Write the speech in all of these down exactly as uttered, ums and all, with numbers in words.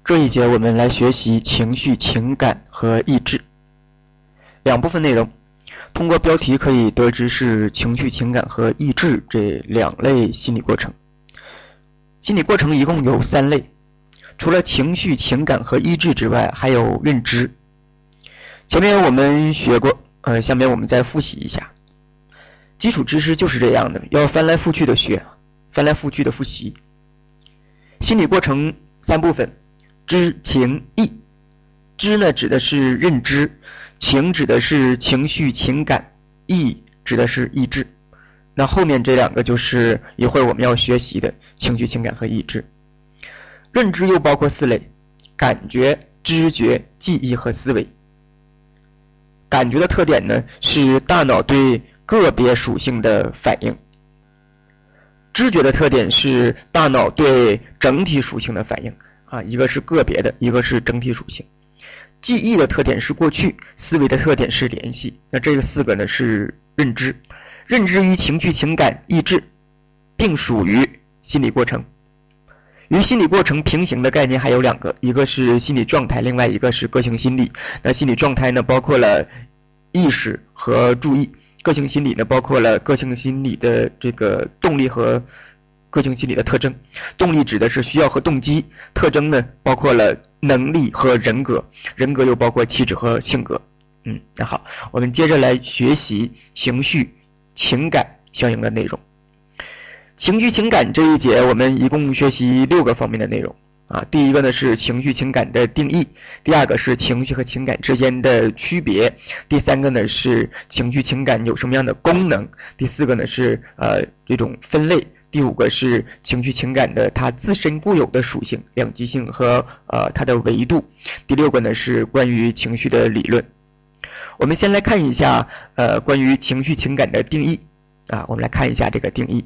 这一节我们来学习情绪、情感和意志两部分内容。通过标题可以得知是情绪、情感和意志这两类心理过程。心理过程一共有三类，除了情绪、情感和意志之外，还有认知。前面我们学过，呃，下面我们再复习一下。基础知识就是这样的，要翻来覆去的学，翻来覆去的复习。心理过程三部分，知、情、意。知呢指的是认知，情指的是情绪情感，意指的是意志。那后面这两个就是一会儿我们要学习的情绪情感和意志。认知又包括四类，感觉、知觉、记忆和思维。感觉的特点呢是大脑对个别属性的反应，知觉的特点是大脑对整体属性的反应啊，一个是个别的，一个是整体属性。记忆的特点是过去，思维的特点是联系。那这个四个呢是认知。认知与情绪情感意志并属于心理过程。与心理过程平行的概念还有两个，一个是心理状态，另外一个是个性心理。那心理状态呢包括了意识和注意，个性心理呢包括了个性心理的这个动力和个性心理的特征。动力指的是需要和动机，特征呢包括了能力和人格，人格又包括气质和性格。嗯，那好，我们接着来学习情绪情感相应的内容。情绪情感这一节我们一共学习六个方面的内容啊。第一个呢是情绪情感的定义，第二个是情绪和情感之间的区别，第三个呢是情绪情感有什么样的功能，第四个呢是呃这种分类，第五个是情绪情感的它自身固有的属性、两极性和呃它的维度，第六个呢是关于情绪的理论。我们先来看一下呃关于情绪情感的定义啊，我们来看一下这个定义。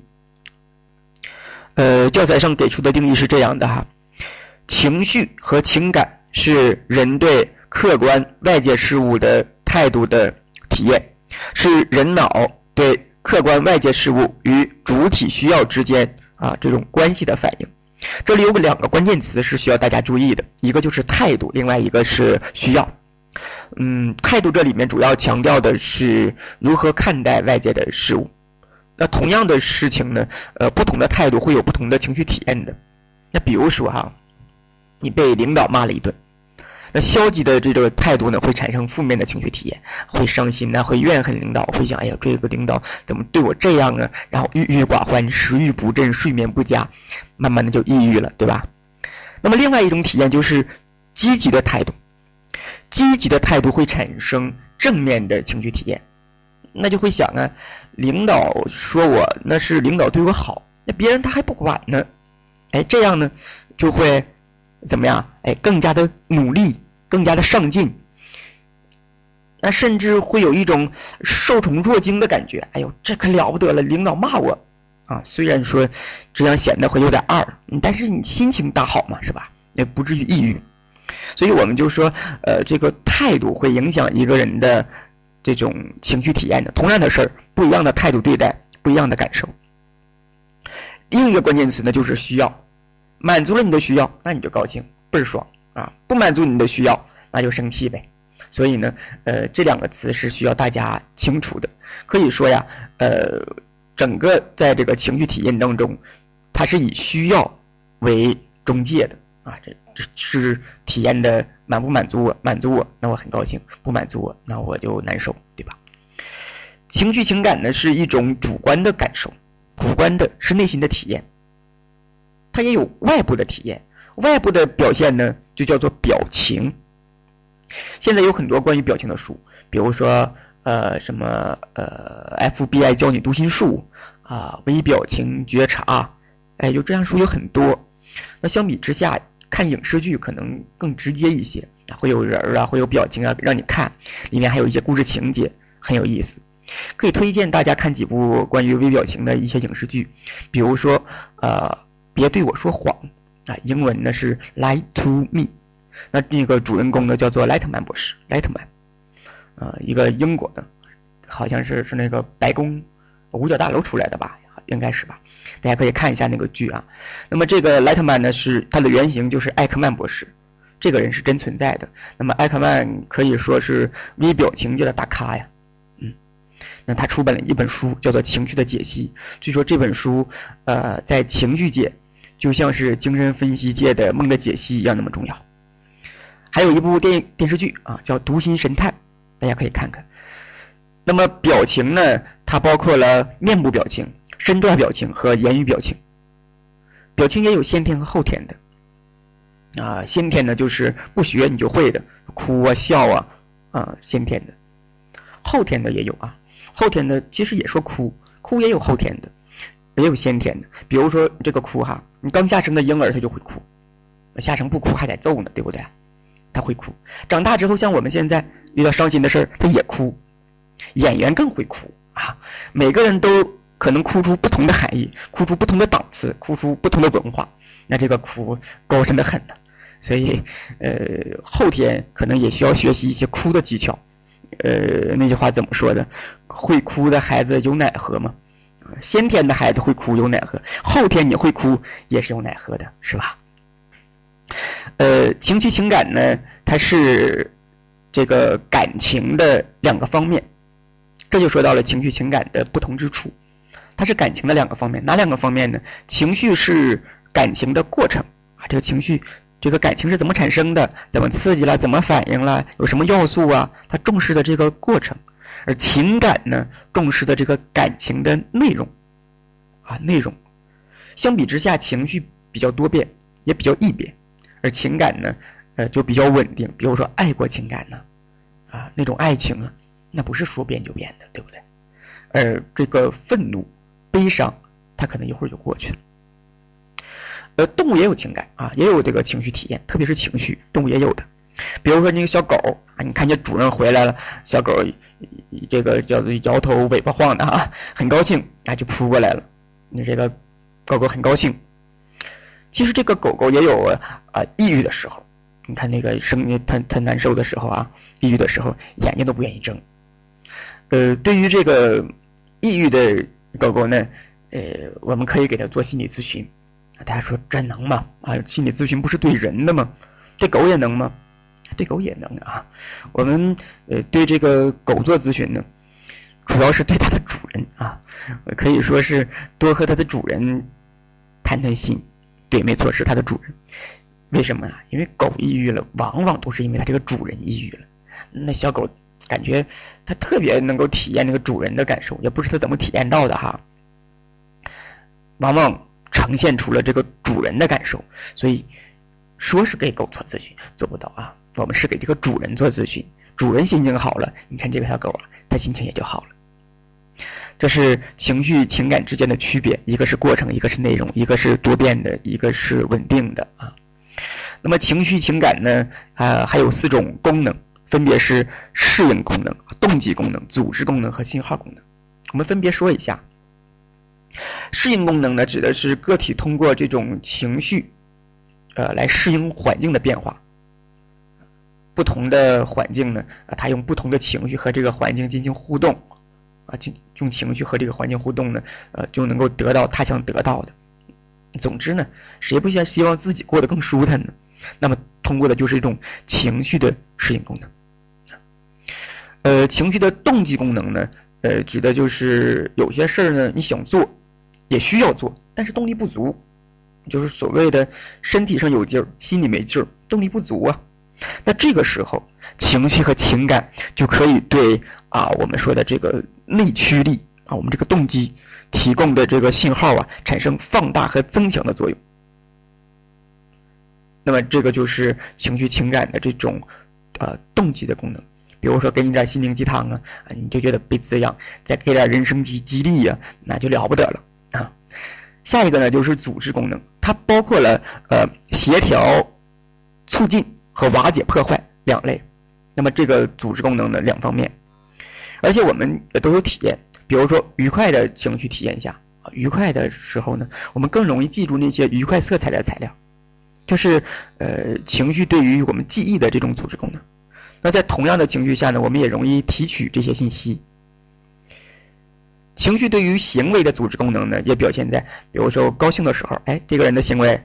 呃，教材上给出的定义是这样的哈，情绪和情感是人对客观外界事物的态度的体验，是人脑对客观外界事物与主体需要之间啊这种关系的反应。这里有个两个关键词是需要大家注意的，一个就是态度，另外一个是需要。嗯，态度这里面主要强调的是如何看待外界的事物。那同样的事情呢，呃，不同的态度会有不同的情绪体验的。那比如说哈，你被领导骂了一顿，那消极的这个态度呢，会产生负面的情绪体验，会伤心啊，会怨恨领导，会想，哎呀，这个领导怎么对我这样啊？然后郁郁寡欢，食欲不振，睡眠不佳，慢慢的就抑郁了，对吧？那么另外一种体验就是积极的态度，积极的态度会产生正面的情绪体验。那就会想啊，领导说我那是领导对我好，那别人他还不管呢，哎，这样呢就会怎么样？哎，更加的努力，更加的上进，那甚至会有一种受宠若惊的感觉。哎呦，这可了不得了，领导骂我啊！虽然说这样显得会有点二，但是你心情大好嘛，是吧？也不至于抑郁。所以我们就说，呃，这个态度会影响一个人的这种情绪体验的。同样的事儿，不一样的态度对待，不一样的感受。另一个关键词呢就是需要，满足了你的需要，那你就高兴，倍儿爽啊！不满足你的需要，那就生气呗。所以呢，呃，这两个词是需要大家清楚的。可以说呀，呃，整个在这个情绪体验当中，它是以需要为中介的啊，这这是体验的满不满足我，满足我，那我很高兴；不满足我，那我就难受，对吧？情绪情感呢是一种主观的感受，主观的是内心的体验，它也有外部的体验，外部的表现呢就叫做表情。现在有很多关于表情的书，比如说呃什么呃 F B I 教你读心术啊，微表情觉察，哎，就这样书有很多。那相比之下，看影视剧可能更直接一些，会有人啊，会有表情啊让你看，里面还有一些故事情节，很有意思。可以推荐大家看几部关于微表情的一些影视剧，比如说呃别对我说谎啊，英文呢是 Lie to Me。那这个主人公呢叫做莱特曼博士，莱特曼，呃，一个英国的，好像是是那个白宫五角大楼出来的吧，应该是吧？大家可以看一下那个剧啊。那么这个莱特曼呢，是他的原型就是艾克曼博士这个人是真存在的。那么艾克曼可以说是微表情界的大咖呀，嗯，那他出版了一本书叫做《情绪的解析》，据说这本书呃在情绪界就像是精神分析界的梦的解析一样那么重要。还有一部电影电视剧啊叫《读心神探》，大家可以看看。那么表情呢，它包括了面部表情、身段表情和言语表情。表情也有先天和后天的啊，先天的就是不学你就会的，哭啊笑啊啊，先天的。后天的也有啊，后天的其实也说哭，哭也有后天的，也有先天的。比如说这个哭哈，你刚下生的婴儿他就会哭，下生不哭还得揍呢，对不对？他会哭。长大之后，像我们现在遇到伤心的事儿，他也哭。演员更会哭啊，每个人都可能哭出不同的含义，哭出不同的档次，哭出不同的文化，那这个哭高深的很呢。所以呃后天可能也需要学习一些哭的技巧。呃那句话怎么说的？会哭的孩子有奶喝吗？先天的孩子会哭有奶喝，后天你会哭也是有奶喝的，是吧？呃情绪情感呢，它是这个感情的两个方面。这就说到了情绪情感的不同之处，它是感情的两个方面。哪两个方面呢？情绪是感情的过程啊，这个情绪，这个感情是怎么产生的，怎么刺激了，怎么反应了，有什么要素啊，它重视的这个过程。而情感呢，重视的这个感情的内容啊，内容。相比之下，情绪比较多变，也比较易变，而情感呢，呃，就比较稳定。比如说爱国情感呢，啊，那种爱情啊。那不是说变就变的，对不对？而这个愤怒、悲伤，它可能一会儿就过去了。呃，动物也有情感啊，也有这个情绪体验，特别是情绪，动物也有的。比如说那个小狗啊，你看见主人回来了，小狗这个叫做摇头尾巴晃的啊，很高兴啊，就扑过来了。你这个狗狗很高兴。其实这个狗狗也有啊抑郁的时候，你看那个生它它难受的时候啊，抑郁的时候，眼睛都不愿意睁。呃，对于这个抑郁的狗狗呢，呃，我们可以给它做心理咨询。大家说这能吗？啊，心理咨询不是对人的吗？对狗也能吗？对狗也能啊。我们呃对这个狗做咨询呢，主要是对它的主人啊，可以说是多和它的主人谈谈心。对，没错，是它的主人。为什么啊？因为狗抑郁了，往往都是因为它这个主人抑郁了。那小狗感觉它特别能够体验那个主人的感受，也不知道怎么体验到的哈。往往呈现出了这个主人的感受，所以说是给狗做咨询做不到啊，我们是给这个主人做咨询。主人心情好了，你看这个小狗啊，它心情也就好了。这是情绪情感之间的区别，一个是过程，一个是内容，一个是多变的，一个是稳定的啊。那么情绪情感呢，啊，还有四种功能，分别是适应功能、动机功能、组织功能和信号功能。我们分别说一下。适应功能呢，指的是个体通过这种情绪，呃，来适应环境的变化。不同的环境呢，啊，它用不同的情绪和这个环境进行互动，啊，用情绪和这个环境互动呢，呃，就能够得到他想得到的。总之呢，谁不想希望自己过得更舒坦呢？那么通过的就是一种情绪的适应功能。呃，情绪的动机功能呢，呃，指的就是有些事儿呢，你想做，也需要做，但是动力不足，就是所谓的身体上有劲儿，心里没劲儿，动力不足啊。那这个时候，情绪和情感就可以对啊我们说的这个内驱力啊，我们这个动机提供的这个信号啊，产生放大和增强的作用。那么这个就是情绪情感的这种呃动机的功能。比如说给你点心灵鸡汤啊，你就觉得被滋养，再给点人生激激励啊，那就了不得了啊。下一个呢就是组织功能，它包括了呃协调、促进和瓦解破坏两类。那么这个组织功能呢两方面，而且我们也都有体验。比如说愉快的情绪体验下啊，愉快的时候呢，我们更容易记住那些愉快色彩的材料，就是呃情绪对于我们记忆的这种组织功能。那在同样的情绪下呢，我们也容易提取这些信息。情绪对于行为的组织功能呢，也表现在比如说高兴的时候，哎，这个人的行为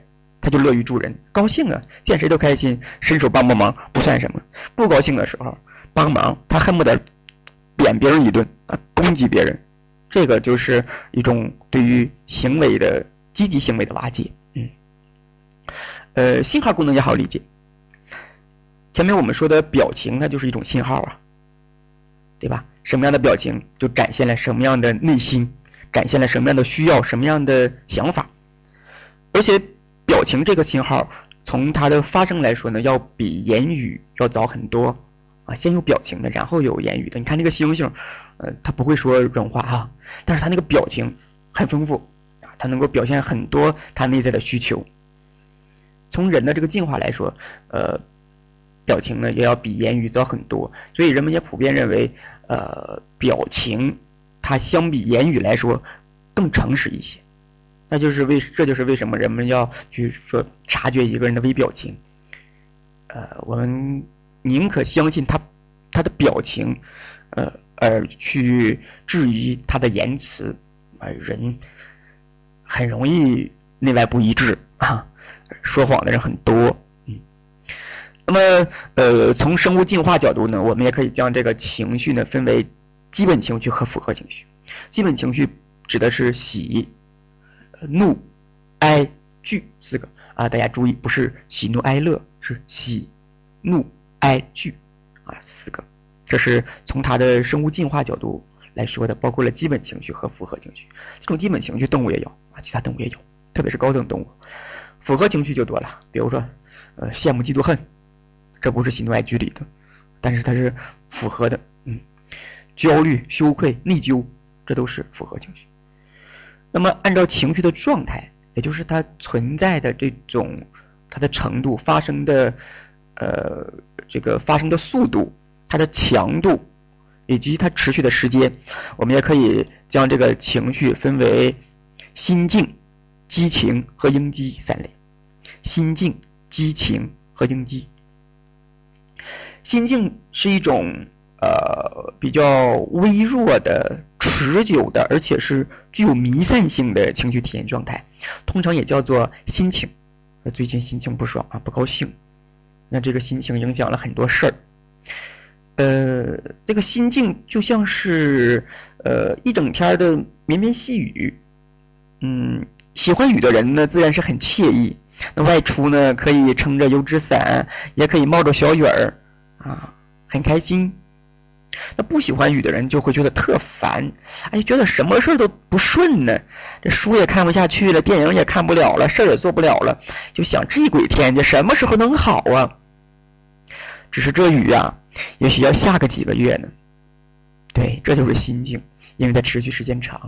他就乐于助人，高兴啊，见谁都开心，伸手帮帮忙不算什么。不高兴的时候帮忙，他恨不得扁别人一顿啊，攻击别人。这个就是一种对于行为的积极行为的瓦解。嗯，呃，信号功能也好理解。前面我们说的表情，它就是一种信号啊，对吧？什么样的表情就展现了什么样的内心，展现了什么样的需要，什么样的想法。而且表情这个信号从它的发生来说呢，要比言语要早很多啊，先有表情的，然后有言语的。你看那个猩猩，呃，它不会说人话哈，但是它那个表情很丰富啊，它能够表现很多它内在的需求。从人的这个进化来说，呃，表情呢也要比言语早很多，所以人们也普遍认为，呃，表情它相比言语来说更诚实一些。那就是为这就是为什么人们要去说察觉一个人的微表情，呃，我们宁可相信他他的表情，呃，而去质疑他的言辞，啊、呃，人很容易内外不一致啊，说谎的人很多。嗯，那么呃，从生物进化角度呢，我们也可以将这个情绪呢分为基本情绪和复合情绪。基本情绪指的是喜、怒、哀、惧四个啊，大家注意，不是喜怒哀乐，是喜、怒、哀、惧啊四个。这是从它的生物进化角度来说的，包括了基本情绪和复合情绪。这种基本情绪动物也有啊，其他动物也有，特别是高等动物。复合情绪就多了，比如说呃羡慕、嫉妒、恨，这不是喜怒哀惧里的，但是它是复合的。嗯，焦虑、羞愧、内疚，这都是复合情绪。那么按照情绪的状态，也就是它存在的这种它的程度、发生的呃这个发生的速度、它的强度以及它持续的时间，我们也可以将这个情绪分为心境、激情和应激三类。心境、激情和应激。心境是一种呃比较微弱的、持久的，而且是具有弥散性的情绪体验状态，通常也叫做心情。最近心情不爽啊，不高兴，那这个心情影响了很多事儿。呃，这个心境就像是呃一整天的绵绵细雨。嗯，喜欢雨的人呢，自然是很惬意。那外出呢，可以撑着油纸伞，也可以冒着小雨儿啊，很开心。那不喜欢雨的人就会觉得特烦，哎，觉得什么事都不顺呢，这书也看不下去了，电影也看不了了，事儿也做不了了，就想这鬼天这什么时候能好啊？只是这雨啊，也许要下个几个月呢。对，这就是心境，因为它持续时间长。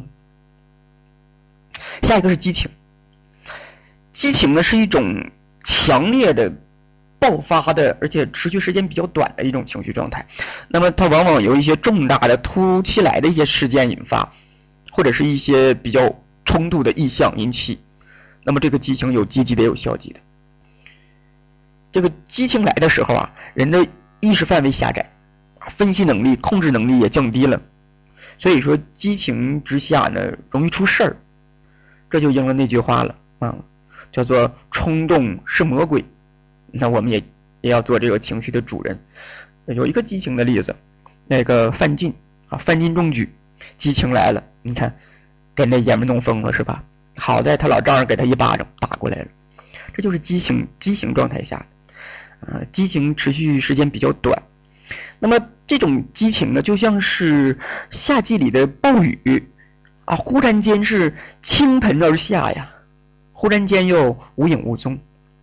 下一个是激情。激情呢是一种强烈的、爆发的，而且持续时间比较短的一种情绪状态。那么它往往由一些重大的、突如其来的一些事件引发，或者是一些比较冲突的意象引起。那么这个激情有积极的，有消极的。这个激情来的时候啊，人的意识范围狭窄，分析能力、控制能力也降低了。所以说激情之下呢，容易出事儿。这就应了那句话了啊。叫做冲动是魔鬼。那我们也也要做这个情绪的主人。有一个激情的例子，那个范进啊，范进中举，激情来了，你看给那爷们弄疯了是吧？好在他老丈人给他一巴掌打过来了。这就是激情激情状态下的啊，激情持续时间比较短。那么这种激情呢，就像是夏季里的暴雨啊，忽然间是倾盆而下呀，忽然间又无影无踪。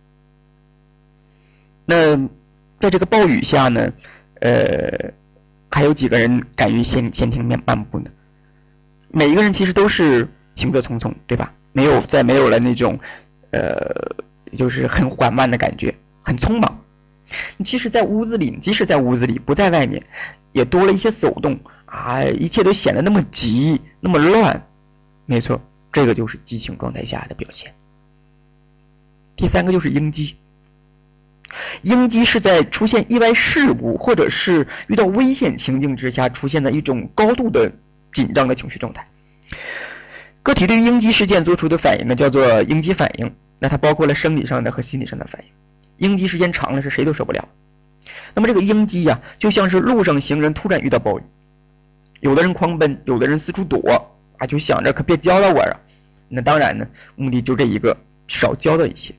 那在这个暴雨下呢，呃，还有几个人敢于闲闲庭漫步呢？每一个人其实都是行色匆匆，对吧？没有再没有了那种，呃，就是很缓慢的感觉，很匆忙。其实，在屋子里，即使在屋子里，不在外面，也多了一些走动啊，一切都显得那么急，那么乱。没错，这个就是激情状态下的表现。第三个就是应激。应激是在出现意外事故或者是遇到危险情境之下出现的一种高度的紧张的情绪状态。个体对于应激事件做出的反应呢，叫做应激反应那它包括了生理上的和心理上的反应。应激时间长了是谁都受不了。那么这个应激呀、啊，就像是路上行人突然遇到暴雨，有的人狂奔，有的人四处躲啊，就想着可别浇到我啊。那当然呢，目的就这一个，少浇到一些。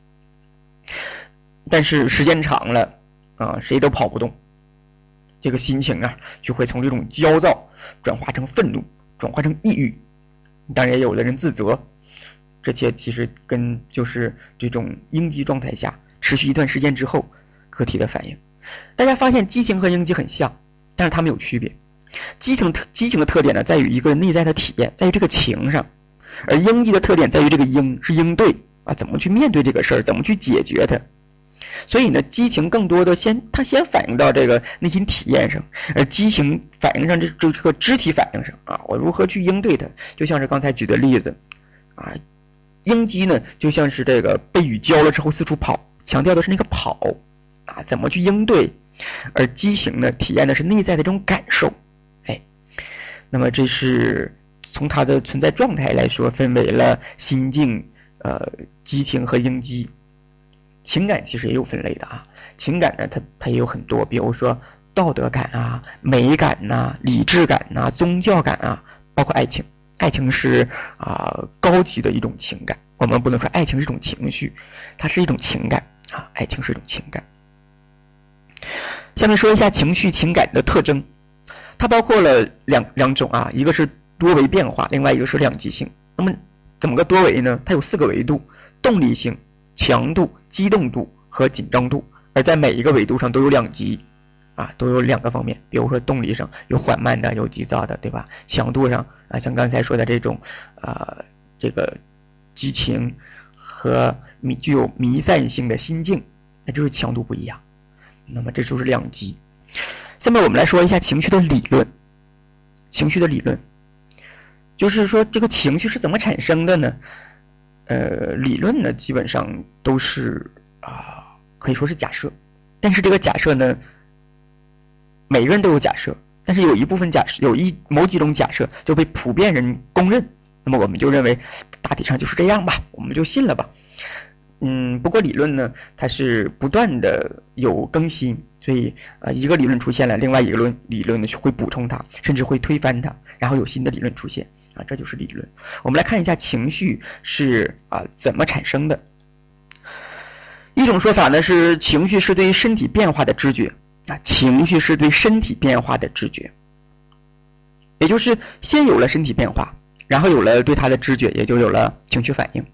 但是时间长了啊，谁都跑不动，这个心情啊就会从这种焦躁转化成愤怒，转化成抑郁。当然也有的人自责，这些其实跟就是这种应激状态下持续一段时间之后个体的反应。大家发现激情和应激很像，但是它们有区别。激情特激情的特点呢，在于一个人内在的体验，在于这个情上；而应激的特点在于这个应是应对啊，怎么去面对这个事儿，怎么去解决它。所以呢，激情更多的先它先反映到这个内心体验上，而激情反映上这这个肢体反应上啊，我如何去应对它？就像是刚才举的例子啊，应激呢就像是这个被雨浇了之后四处跑，强调的是那个跑啊，怎么去应对？而激情呢，体验的是内在的这种感受。哎，那么这是从它的存在状态来说，分为了心境、呃激情和应激。情感其实也有分类的啊，情感呢，它它也有很多，比如说道德感啊、美感呐、啊、理智感呐、啊、宗教感啊，包括爱情。爱情是啊、呃、高级的一种情感，我们不能说爱情是一种情绪，它是一种情感啊，爱情是一种情感。下面说一下情绪情感的特征，它包括了两两种啊，一个是多维变化，另外一个是两极性。那么怎么个多维呢？它有四个维度：动力性、强度、激动度和紧张度，而在每一个维度上都有两极啊，都有两个方面。比如说动力上有缓慢的，有急躁的，对吧？强度上啊，像刚才说的这种啊、呃，这个激情和迷具有弥散性的心境，那就是强度不一样。那么这就是两极。下面我们来说一下情绪的理论。情绪的理论就是说这个情绪是怎么产生的呢？呃，理论呢基本上都是啊、呃，可以说是假设，但是这个假设呢，每个人都有假设，但是有一部分假设，有一某几种假设就被普遍人公认，那么我们就认为大体上就是这样吧，我们就信了吧。嗯，不过理论呢，它是不断的有更新，所以呃，一个理论出现了，另外一个论理论呢会补充它，甚至会推翻它，然后有新的理论出现啊，这就是理论。我们来看一下情绪是啊怎么产生的。一种说法呢是情绪是对身体变化的知觉啊，情绪是对身体变化的知觉，也就是先有了身体变化，然后有了对它的知觉，也就有了情绪反应。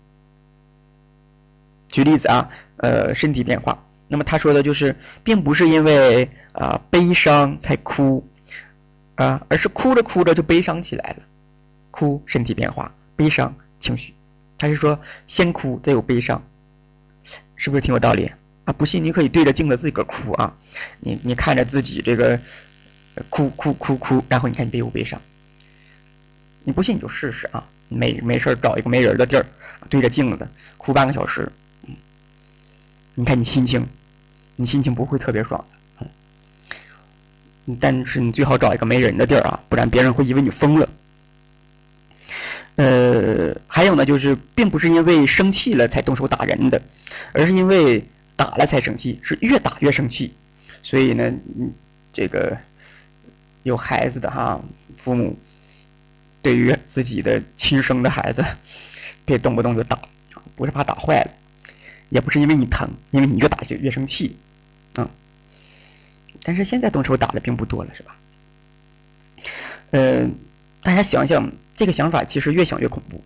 举例子啊，呃，身体变化。那么他说的就是，并不是因为啊、呃、悲伤才哭啊，而是哭着哭着就悲伤起来了。哭身体变化，悲伤情绪。他是说先哭再有悲伤，是不是挺有道理啊？不信你可以对着镜子自己个哭啊，你你看着自己这个哭哭哭哭，然后你看你别有悲伤。你不信你就试试啊，没没事找一个没人的地儿，对着镜子哭半个小时。你看你心情，你心情不会特别爽的，嗯，但是你最好找一个没人的地儿啊，不然别人会以为你疯了。呃，还有呢，就是并不是因为生气了才动手打人的，而是因为打了才生气，是越打越生气。所以呢，这个有孩子的哈，父母对于自己的亲生的孩子，别动不动就打，不是怕打坏了。也不是因为你疼，因为你越打就越生气，嗯。但是现在动手打的并不多了，是吧？呃，大家想想，这个想法其实越想越恐怖。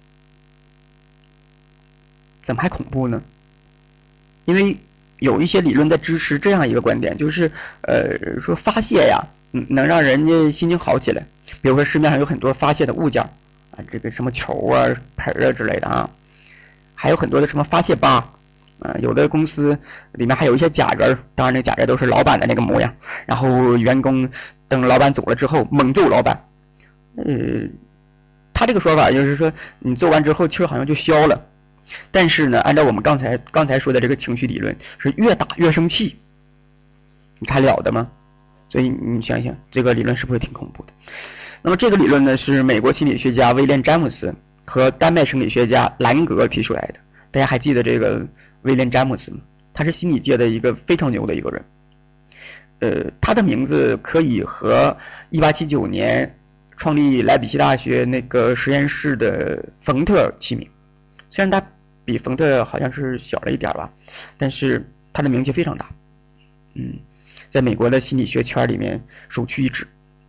怎么还恐怖呢？因为有一些理论在支持这样一个观点，就是呃，说发泄呀，嗯，能让人家心情好起来。比如说市面上有很多发泄的物件啊，这个什么球啊、盆啊之类的啊，还有很多的什么发泄吧。呃，有的公司里面还有一些假人，当然那假人都是老板的那个模样，然后员工等老板走了之后猛揍老板。呃，他这个说法就是说，你揍完之后气儿好像就消了，但是呢，按照我们刚才刚才说的这个情绪理论，是越打越生气，你看了的吗？所以你想想，这个理论是不是挺恐怖的？那么这个理论呢，是美国心理学家威廉詹姆斯和丹麦生理学家兰格提出来的。 大家还记得这个威廉詹姆斯吗？他是心理界的一个非常牛的一个人。呃，他的名字可以和一八七九年创立莱比锡大学那个实验室的冯特齐名。虽然他比冯特好像是小了一点吧，但是他的名气非常大。嗯，在美国的心理学圈里面首屈一指。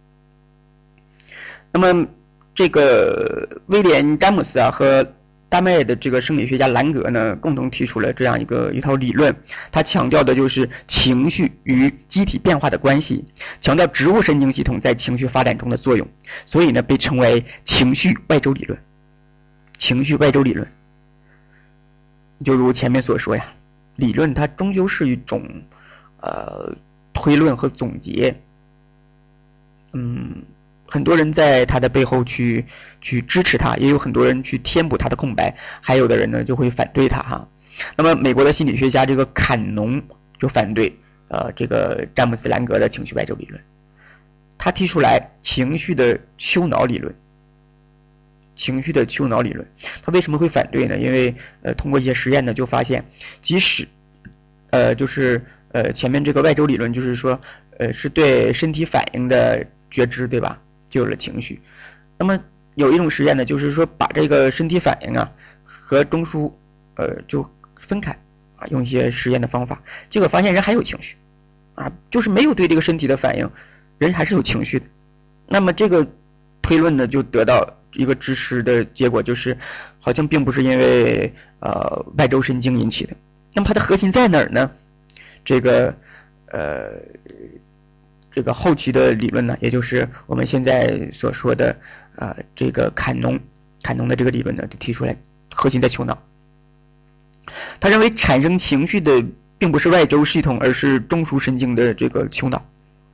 那么这个威廉詹姆斯啊和丹麦的这个生理学家兰格呢，共同提出了这样一个一套理论，他强调的就是情绪与机体变化的关系，强调植物神经系统在情绪发展中的作用，所以呢被称为情绪外周理论。情绪外周理论，就如前面所说呀，理论它终究是一种呃推论和总结。嗯。很多人在他的背后去去支持他，也有很多人去填补他的空白，还有的人呢就会反对他哈。那么美国的心理学家这个坎农就反对呃这个詹姆斯兰格的情绪外周理论，他提出来情绪的丘脑理论。情绪的丘脑理论，他为什么会反对呢？因为呃通过一些实验呢，就发现即使呃就是呃前面这个外周理论就是说呃是对身体反应的觉知，对吧？就有了情绪。那么有一种实验呢，就是说把这个身体反应啊和中枢呃就分开啊，用一些实验的方法，结果发现人还有情绪啊，就是没有对这个身体的反应，人还是有情绪的。那么这个推论呢，就得到一个支持的结果，就是好像并不是因为呃外周神经引起的。那么它的核心在哪儿呢？这个呃。这个后期的理论呢，也就是我们现在所说的呃这个坎农坎农的这个理论呢，就提出来核心在丘脑。他认为产生情绪的并不是外周系统，而是中枢神经的这个丘脑。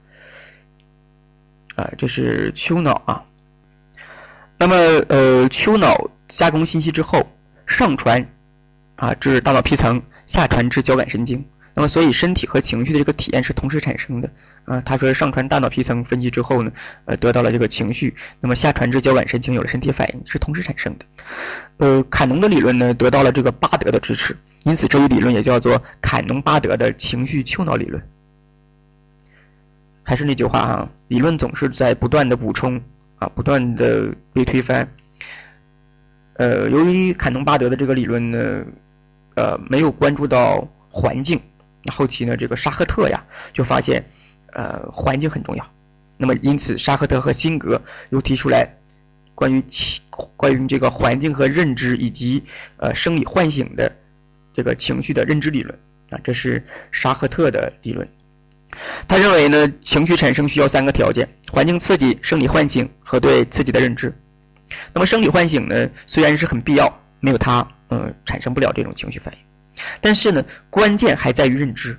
啊、呃，这是丘脑啊。那么呃丘脑加工信息之后，上传啊至大脑皮层，下传至交感神经。那么所以身体和情绪的这个体验是同时产生的啊。他说上传大脑皮层分析之后呢，呃得到了这个情绪，那么下传至交感神经有了身体反应，是同时产生的。呃坎农的理论呢得到了这个巴德的支持，因此这一理论也叫做坎农巴德的情绪丘脑理论。还是那句话啊，理论总是在不断的补充啊，不断的被推翻。呃由于坎农巴德的这个理论呢呃没有关注到环境，后期呢，这个沙赫特呀就发现，呃，环境很重要。那么因此，沙赫特和辛格又提出来关于关于这个环境和认知以及呃生理唤醒的这个情绪的认知理论啊，这是沙赫特的理论。他认为呢，情绪产生需要三个条件：环境刺激、生理唤醒和对刺激的认知。那么生理唤醒呢，虽然是很必要，没有它，呃，产生不了这种情绪反应。但是呢，关键还在于认知，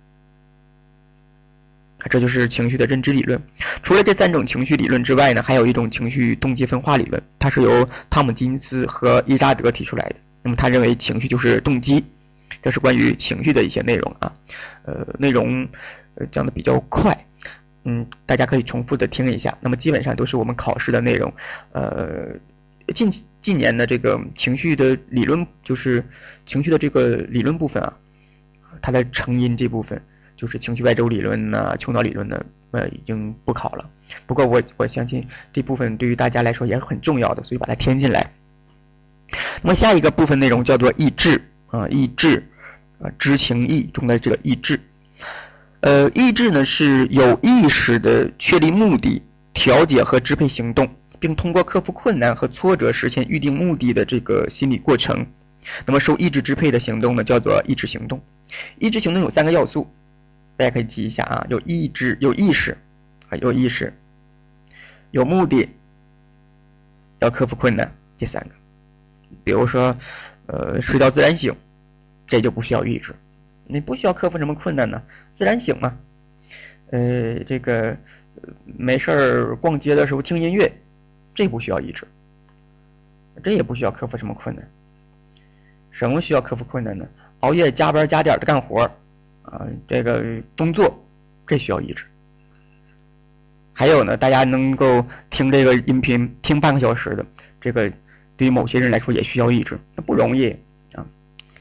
这就是情绪的认知理论。除了这三种情绪理论之外呢，还有一种情绪动机分化理论，它是由汤姆金斯和伊扎德提出来的。那么他认为情绪就是动机，这是关于情绪的一些内容啊。呃，内容呃讲的比较快，嗯，大家可以重复的听一下。那么基本上都是我们考试的内容，呃。近近年的这个情绪的理论，就是情绪的这个理论部分啊，它的成因这部分，就是情绪外周理论呐、丘脑理论呢，呃，已经不考了。不过我我相信这部分对于大家来说也是很重要的，所以把它添进来。那么下一个部分内容叫做意志啊，意志啊，知情意中的这个意志。呃，意志呢是有意识的确立目的、调节和支配行动，并通过克服困难和挫折实现预定目的的这个心理过程。那么受意志支配的行动呢，叫做意志行动。意志行动有三个要素，大家可以记一下啊，有意志、有意识啊，有意识，有目的，要克服困难，这三个。比如说，呃，睡到自然醒，这就不需要意志，你不需要克服什么困难呢，自然醒嘛。呃，这个没事儿逛街的时候听音乐，这不需要意志，这也不需要克服什么困难。什么需要克服困难呢？熬夜加班加点的干活啊，这个工作，这需要意志。还有呢，大家能够听这个音频听半个小时的，这个对于某些人来说也需要意志，那不容易啊。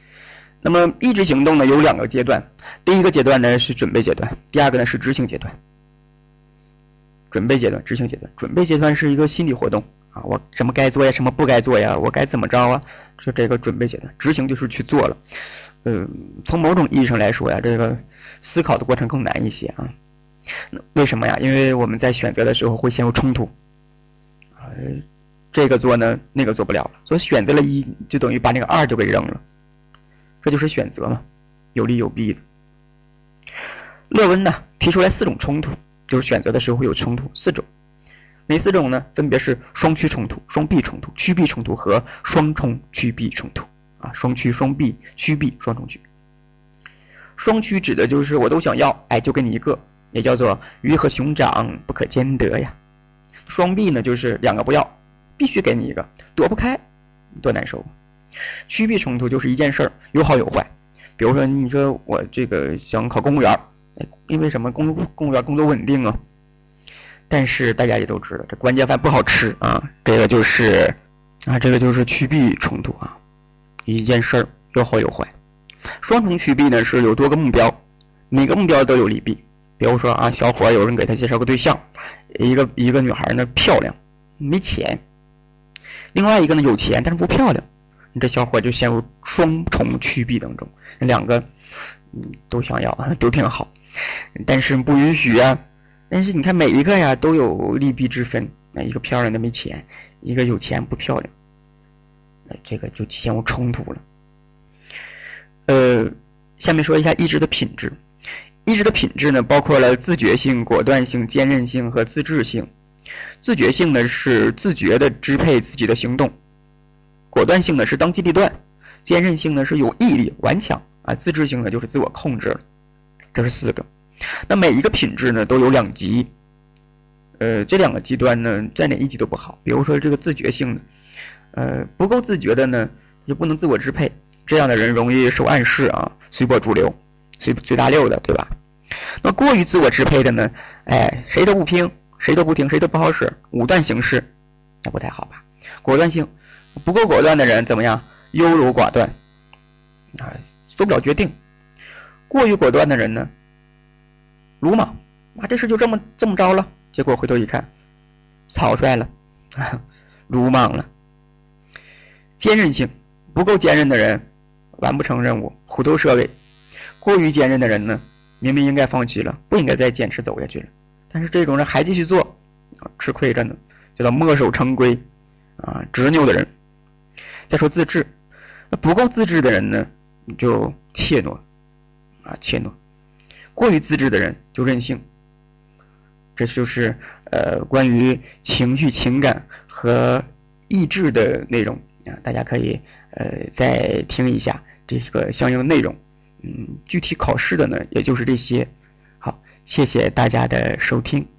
那么意志行动呢有两个阶段，第一个阶段呢是准备阶段，第二个呢是执行阶段。准备阶段、执行阶段。准备阶段是一个心理活动啊，我什么该做呀，什么不该做呀，我该怎么着啊，是这个准备阶段。执行就是去做了。呃，从某种意义上来说呀，这个思考的过程更难一些啊。为什么呀？因为我们在选择的时候会陷入冲突，呃，这个做呢，那个做不了了，所以选择了一，就等于把那个二就给扔了，这就是选择嘛，有利有弊的。勒温呢提出来四种冲突，就是选择的时候会有冲突，四种，哪四种呢？分别是双趋冲突、双避冲突、趋避冲突和双冲趋避冲突啊，双趋、双避、趋避、双冲趋。双趋指的就是我都想要，哎，就给你一个，也叫做鱼和熊掌不可兼得呀。双避呢，就是两个不要，必须给你一个，躲不开，多难受。趋避冲突就是一件事儿有好有坏，比如说你说我这个想考公务员，因为什么？公公务员工作稳定啊，但是大家也都知道，这关键饭不好吃啊，这个就是啊，这个就是趋避冲突啊，一件事儿有好有坏。双重趋避呢是有多个目标，每个目标都有利弊。比如说啊，小伙有人给他介绍个对象，一个一个女孩呢漂亮，没钱；另外一个呢有钱，但是不漂亮，你这小伙就陷入双重趋避当中，两个嗯都想要啊，都挺好，但是不允许啊。但是你看每一个呀都有利弊之分，一个漂亮的没钱，一个有钱不漂亮，这个就陷入冲突了。呃，下面说一下意志的品质。意志的品质呢，包括了自觉性、果断性、坚韧性和自制性。自觉性呢是自觉的支配自己的行动，果断性呢是当机立断，坚韧性呢是有毅力顽强啊，自制性呢就是自我控制了。这是四个。那每一个品质呢都有两极，呃，这两个极端呢在哪一极都不好。比如说这个自觉性呢，呃，不够自觉的呢就不能自我支配，这样的人容易受暗示啊，随波逐流，随随大溜的，对吧？那过于自我支配的呢，哎，谁都不听，谁都不听，谁都不好使，武断行事，那不太好吧？果断性不够果断的人怎么样？优柔寡断啊，做不了决定。过于果断的人呢，鲁莽啊，这事就这么这么着了，结果回头一看，草率了，鲁莽了。坚韧性不够坚韧的人，完不成任务，虎头蛇尾。过于坚韧的人呢，明明应该放弃了，不应该再坚持走下去了，但是这种人还继续做，吃亏着呢，叫做墨守成规啊，执拗的人。再说自制，那不够自制的人呢，就怯懦啊，怯懦。过于自制的人就任性。这就是呃关于情绪、情感和意志的内容啊，大家可以呃再听一下这个相应的内容。嗯，具体考试的呢，也就是这些。好，谢谢大家的收听。